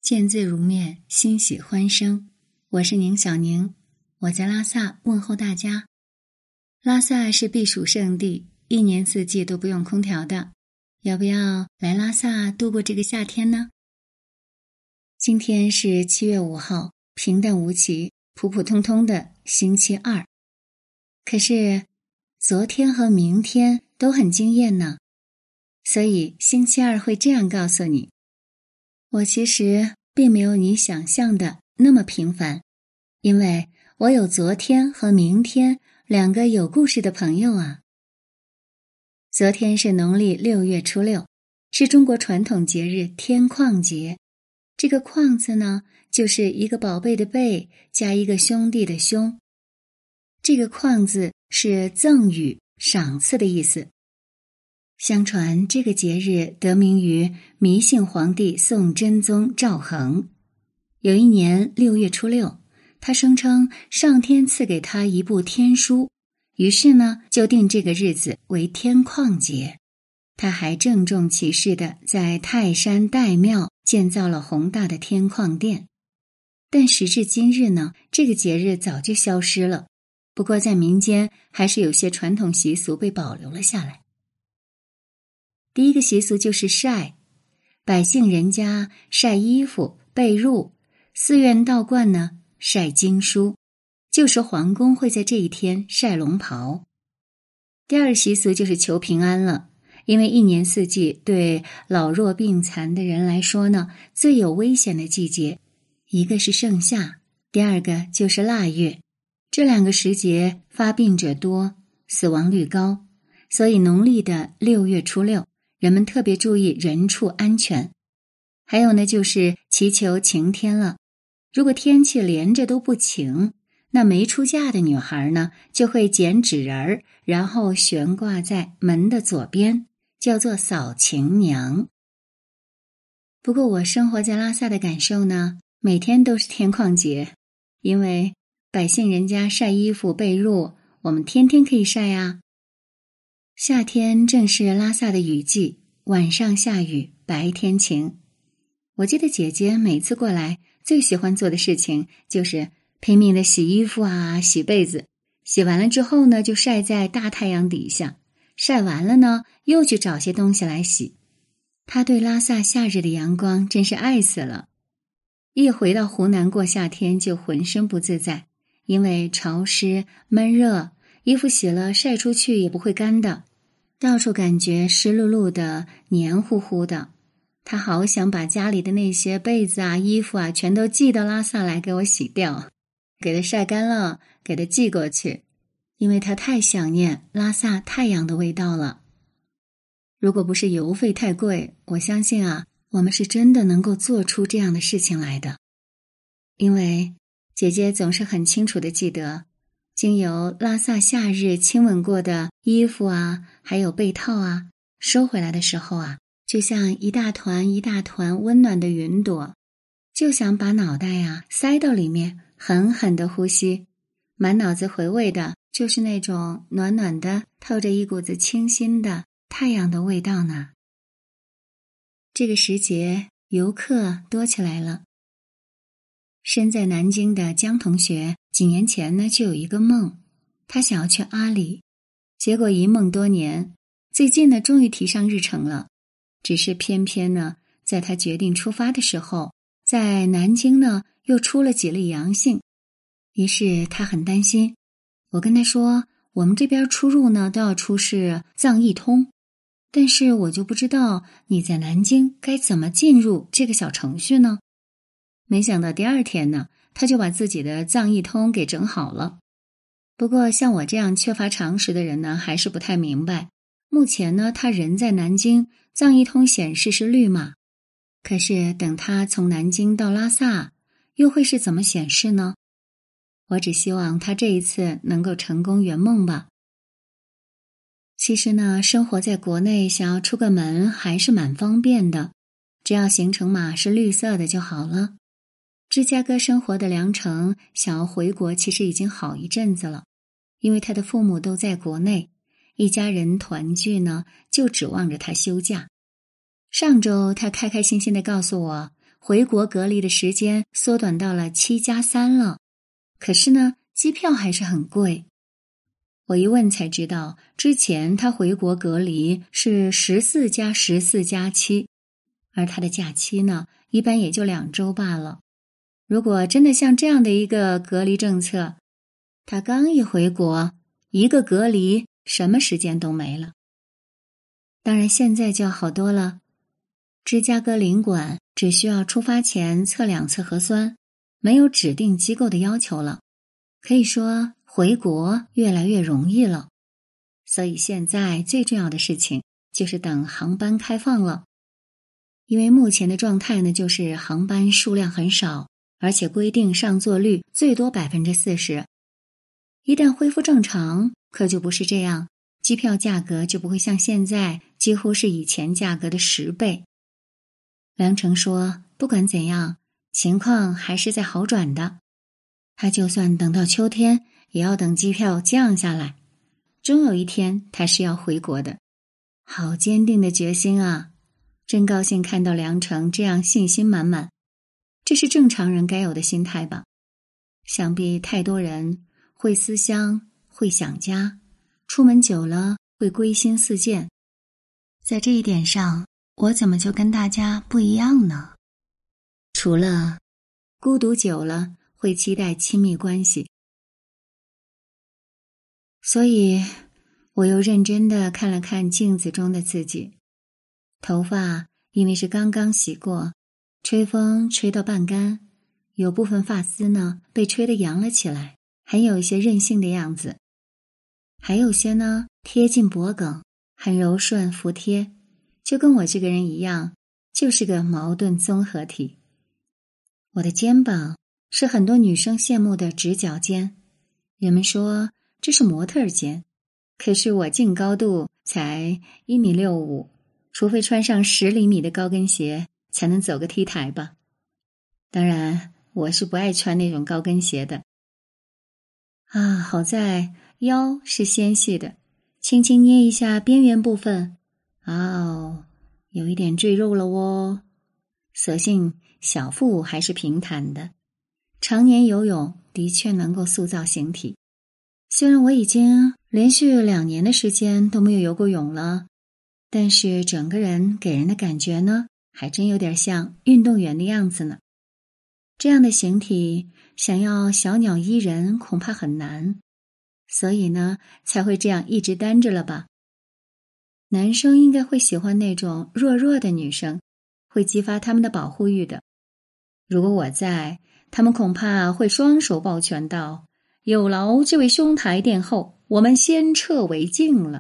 见字如面，欣喜欢声。我是宁小宁，我在拉萨问候大家。拉萨是避暑胜地，一年四季都不用空调的。要不要来拉萨度过这个夏天呢？今天是7月5号，平淡无奇、普普通通的星期二。可是昨天和明天都很惊艳呢，所以星期二会这样告诉你：我其实并没有你想象的那么平凡，因为我有昨天和明天两个有故事的朋友啊。昨天是农历6月初6，是中国传统节日天旷节。这个旷字呢，就是一个宝贝的贝加一个兄弟的兄。这个旷字是赠予、赏赐的意思。相传这个节日得名于弥信皇帝宋真宗赵恒。有一年6月初6，他声称上天赐给他一部天书，于是呢就定这个日子为天旷节。他还郑重其事地在泰山岱庙建造了宏大的天旷殿。但时至今日呢，这个节日早就消失了，不过在民间还是有些传统习俗被保留了下来。第一个习俗就是晒，百姓人家晒衣服、被褥，寺院道观呢晒经书，旧时皇宫会在这一天晒龙袍。第二个习俗就是求平安了，因为一年四季对老弱病残的人来说呢，最有危险的季节，一个是盛夏，第二个就是腊月，这两个时节发病者多，死亡率高，所以农历的6月初6，人们特别注意人畜安全。还有呢，就是祈求晴天了。如果天气连着都不晴，那没出嫁的女孩呢，就会剪纸人儿，然后悬挂在门的左边，叫做扫晴娘。不过我生活在拉萨的感受呢，每天都是天旷节，因为百姓人家晒衣服被褥，我们天天可以晒啊。夏天正是拉萨的雨季，晚上下雨，白天晴。我记得姐姐每次过来最喜欢做的事情就是拼命的洗衣服啊，洗被子，洗完了之后呢，就晒在大太阳底下，晒完了呢，又去找些东西来洗。她对拉萨夏日的阳光真是爱死了。一回到湖南过夏天就浑身不自在，因为潮湿闷热，衣服洗了晒出去也不会干的，到处感觉湿漉漉的，黏糊糊的。他好想把家里的那些被子啊、衣服啊全都寄到拉萨来给我洗掉，给它晒干了，给它寄过去，因为他太想念拉萨太阳的味道了。如果不是邮费太贵，我相信啊，我们是真的能够做出这样的事情来的。因为姐姐总是很清楚地记得，经由拉萨夏日亲吻过的衣服啊，还有被套啊，收回来的时候啊，就像一大团一大团温暖的云朵，就想把脑袋啊塞到里面，狠狠地呼吸，满脑子回味的就是那种暖暖的，透着一股子清新的太阳的味道呢。这个时节游客多起来了。身在南京的江同学几年前呢就有一个梦，他想要去阿里，结果一梦多年，最近呢终于提上日程了。只是偏偏呢，在他决定出发的时候，在南京呢又出了几例阳性，于是他很担心。我跟他说，我们这边出入呢都要出示藏一通，但是我就不知道你在南京该怎么进入这个小程序呢？没想到第二天呢，他就把自己的藏一通给整好了。不过像我这样缺乏常识的人呢，还是不太明白。目前呢，他人在南京，藏一通显示是绿码，可是等他从南京到拉萨，又会是怎么显示呢？我只希望他这一次能够成功圆梦吧。其实呢，生活在国内想要出个门还是蛮方便的，只要行程码是绿色的就好了。芝加哥生活的梁成想要回国其实已经好一阵子了，因为他的父母都在国内，一家人团聚呢，就指望着他休假。上周他开开心心地告诉我， 回国隔离的时间缩短到了7+3了。可是呢，机票还是很贵。我一问才知道，之前他回国隔离是14+14+7，而他的假期呢，一般也就2周罢了。如果真的像这样的一个隔离政策，他刚一回国，一个隔离，什么时间都没了。当然现在就要好多了，芝加哥领馆只需要出发前测2次核酸，没有指定机构的要求了。可以说回国越来越容易了。所以现在最重要的事情就是等航班开放了。因为目前的状态呢，就是航班数量很少，而且规定上座率最多40%。一旦恢复正常，可就不是这样，机票价格就不会像现在几乎是以前价格的10倍。梁成说，不管怎样，情况还是在好转的。他就算等到秋天，也要等机票降下来。终有一天，他是要回国的。好坚定的决心啊！真高兴看到梁成这样信心满满。这是正常人该有的心态吧？想必太多人会思乡，会想家，出门久了会归心似箭。在这一点上，我怎么就跟大家不一样呢？除了孤独久了会期待亲密关系。所以我又认真地看了看镜子中的自己，头发因为是刚刚洗过，吹风吹到半干，有部分发丝呢被吹得扬了起来，很有一些任性的样子，还有些呢贴近脖颈，很柔顺服帖，就跟我这个人一样，就是个矛盾综合体。我的肩膀是很多女生羡慕的直角肩，人们说这是模特肩，可是我净高度才1.65米，除非穿上10厘米的高跟鞋才能走个 T 台吧。当然我是不爱穿那种高跟鞋的。好在腰是纤细的，轻轻捏一下边缘部分，有一点赘肉了哦。所幸小腹还是平坦的，常年游泳的确能够塑造形体。虽然我已经连续2年的时间都没有游过泳了，但是整个人给人的感觉呢，还真有点像运动员的样子呢。这样的形体想要小鸟依人恐怕很难，所以呢才会这样一直单着了吧。男生应该会喜欢那种弱弱的女生，会激发他们的保护欲的。如果我在，他们恐怕会双手抱拳道，有劳这位兄台殿后，我们先撤为敬了。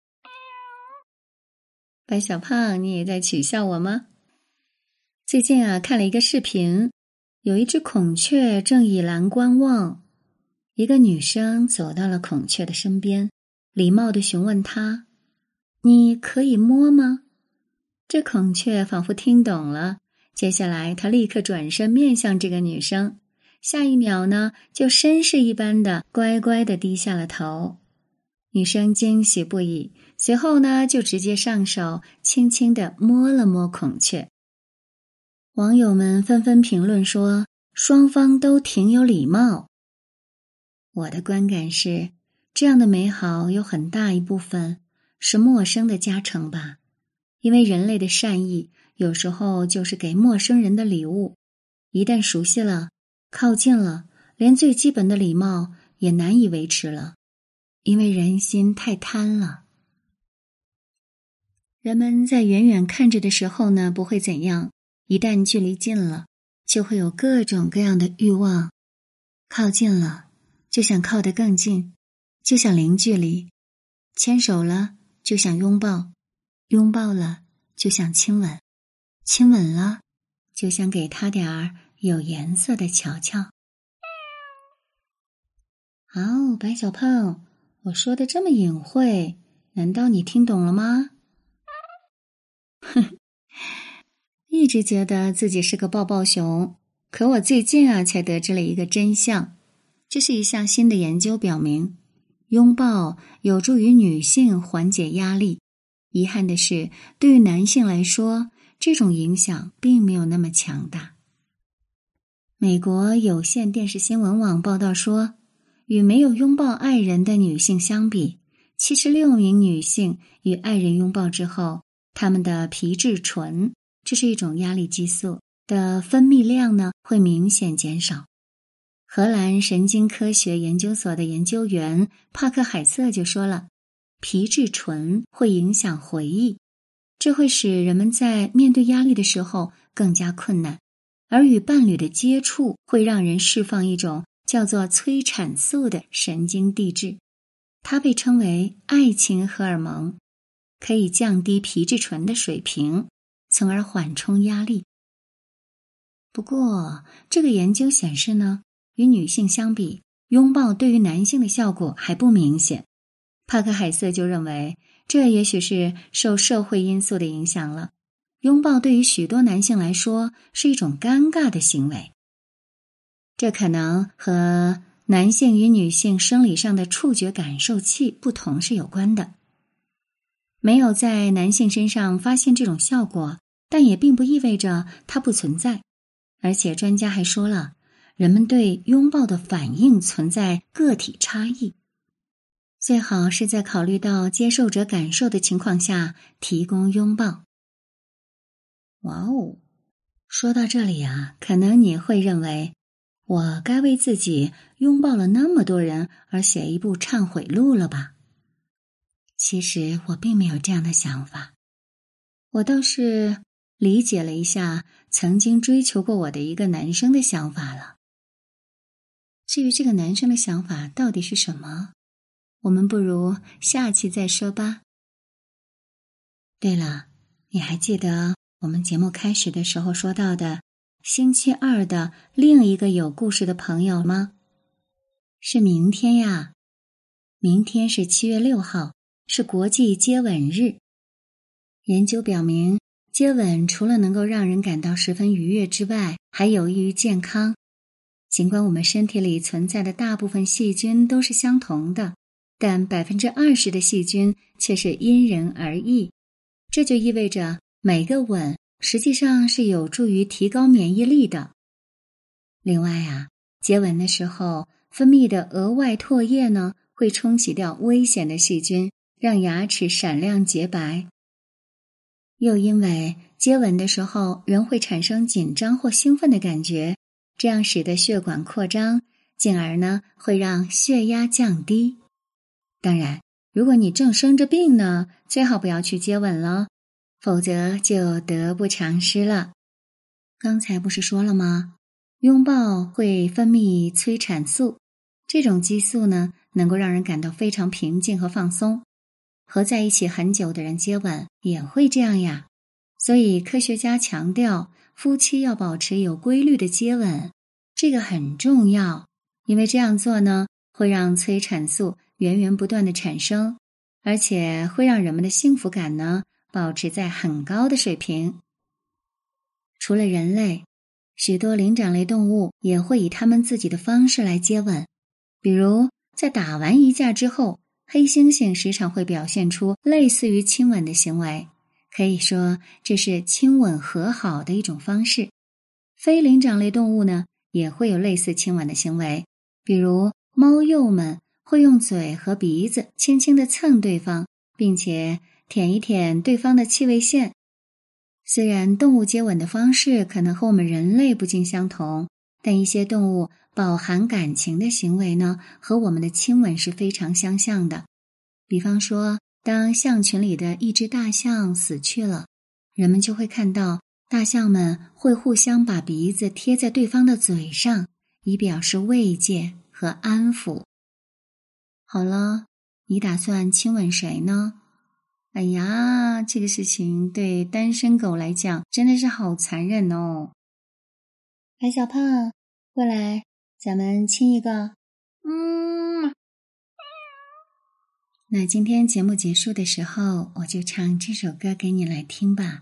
白小胖，你也在取笑我吗？最近看了一个视频，有一只孔雀正倚栏观望，一个女生走到了孔雀的身边，礼貌地询问她，你可以摸吗？这孔雀仿佛听懂了，接下来他立刻转身面向这个女生，下一秒呢，就绅士一般的乖乖地低下了头。女生惊喜不已，随后呢，就直接上手轻轻地摸了摸孔雀。网友们纷纷评论说，双方都挺有礼貌。我的观感是，这样的美好有很大一部分是陌生的加成吧。因为人类的善意有时候就是给陌生人的礼物，一旦熟悉了，靠近了，连最基本的礼貌也难以维持了，因为人心太贪了。人们在远远看着的时候呢，不会怎样，一旦距离近了，就会有各种各样的欲望。靠近了，就想靠得更近，就想零距离；牵手了，就想拥抱；拥抱了，就想亲吻；亲吻了，就想给他点儿有颜色的瞧瞧。白小胖，我说的这么隐晦，难道你听懂了吗？一直觉得自己是个抱抱熊，可我最近才得知了一个真相。这是一项新的研究表明，拥抱有助于女性缓解压力。遗憾的是，对于男性来说， 这种影响并没有那么强大。美国有线电视新闻网报道说，与没有拥抱爱人的女性相比，76名女性与爱人拥抱之后，她们的皮质醇，这是一种压力激素的分泌量呢，会明显减少。荷兰神经科学研究所的研究员帕克海瑟就说了，皮质醇会影响回忆，这会使人们在面对压力的时候更加困难，而与伴侣的接触会让人释放一种叫做催产素的神经递质，它被称为爱情荷尔蒙，可以降低皮质醇的水平，从而缓冲压力。不过，这个研究显示呢，与女性相比，拥抱对于男性的效果还不明显。帕克海瑟就认为，这也许是受社会因素的影响了。拥抱对于许多男性来说是一种尴尬的行为，这可能和男性与女性生理上的触觉感受器不同是有关的。没有在男性身上发现这种效果，但也并不意味着它不存在。而且专家还说了，人们对拥抱的反应存在个体差异，最好是在考虑到接受者感受的情况下提供拥抱。哇哦，说到这里啊，可能你会认为，我该为自己拥抱了那么多人而写一部忏悔录了吧？其实我并没有这样的想法，我倒是理解了一下曾经追求过我的一个男生的想法了。至于这个男生的想法到底是什么，我们不如下期再说吧。对了，你还记得我们节目开始的时候说到的星期二的另一个有故事的朋友吗？是明天呀，明天是7月6号，是国际接吻日。研究表明，接吻除了能够让人感到十分愉悦之外，还有益于健康。尽管我们身体里存在的大部分细菌都是相同的，但 20% 的细菌却是因人而异。这就意味着每个吻实际上是有助于提高免疫力的。另外啊，接吻的时候分泌的额外唾液呢，会冲洗掉危险的细菌，让牙齿闪亮洁白。又因为接吻的时候人会产生紧张或兴奋的感觉，这样使得血管扩张，进而呢会让血压降低。当然，如果你正生着病呢，最好不要去接吻了，否则就得不偿失了。刚才不是说了吗？拥抱会分泌催产素，这种激素呢，能够让人感到非常平静和放松。和在一起很久的人接吻也会这样呀。所以科学家强调，夫妻要保持有规律的接吻，这个很重要，因为这样做呢，会让催产素源源不断的产生，而且会让人们的幸福感呢，保持在很高的水平。除了人类，许多灵长类动物也会以他们自己的方式来接吻。比如，在打完一架之后，黑猩猩时常会表现出类似于亲吻的行为，可以说这是亲吻和好的一种方式。非灵长类动物呢，也会有类似亲吻的行为，比如猫鼬们会用嘴和鼻子轻轻地蹭对方，并且舔一舔对方的气味线。虽然动物接吻的方式可能和我们人类不尽相同，但一些动物饱含感情的行为呢，和我们的亲吻是非常相像的。比方说，当象群里的一只大象死去了，人们就会看到大象们会互相把鼻子贴在对方的嘴上，以表示慰藉和安抚。好了，你打算亲吻谁呢？哎呀，这个事情对单身狗来讲真的是好残忍哦。白小胖，过来，咱们亲一个。那今天节目结束的时候，我就唱这首歌给你来听吧。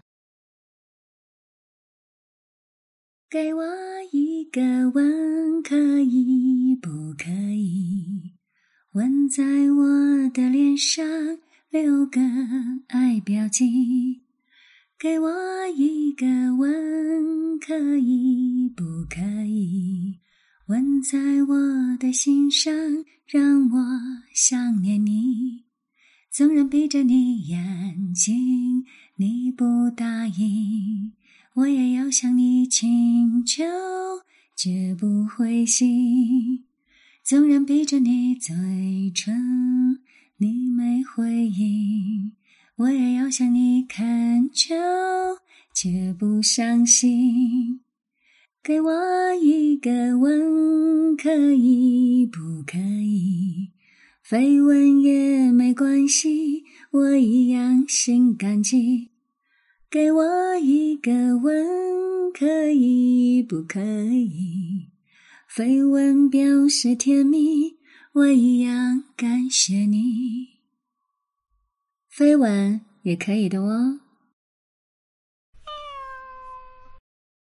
给我一个吻，可以不可以？吻在我的脸上，留个爱标记。 给我一个吻，可以不可以？吻在我的心上，让我想念你。纵然闭着你眼睛，你不答应，我也要向你请求，绝不灰心。纵然闭着你嘴唇，你没回应，我也要向你恳求，绝不伤心。给我一个吻，可以不可以？非吻也没关系，我一样心感激。给我一个吻，可以不可以？非吻表示甜蜜，我一样感谢你。飞吻也可以的哦。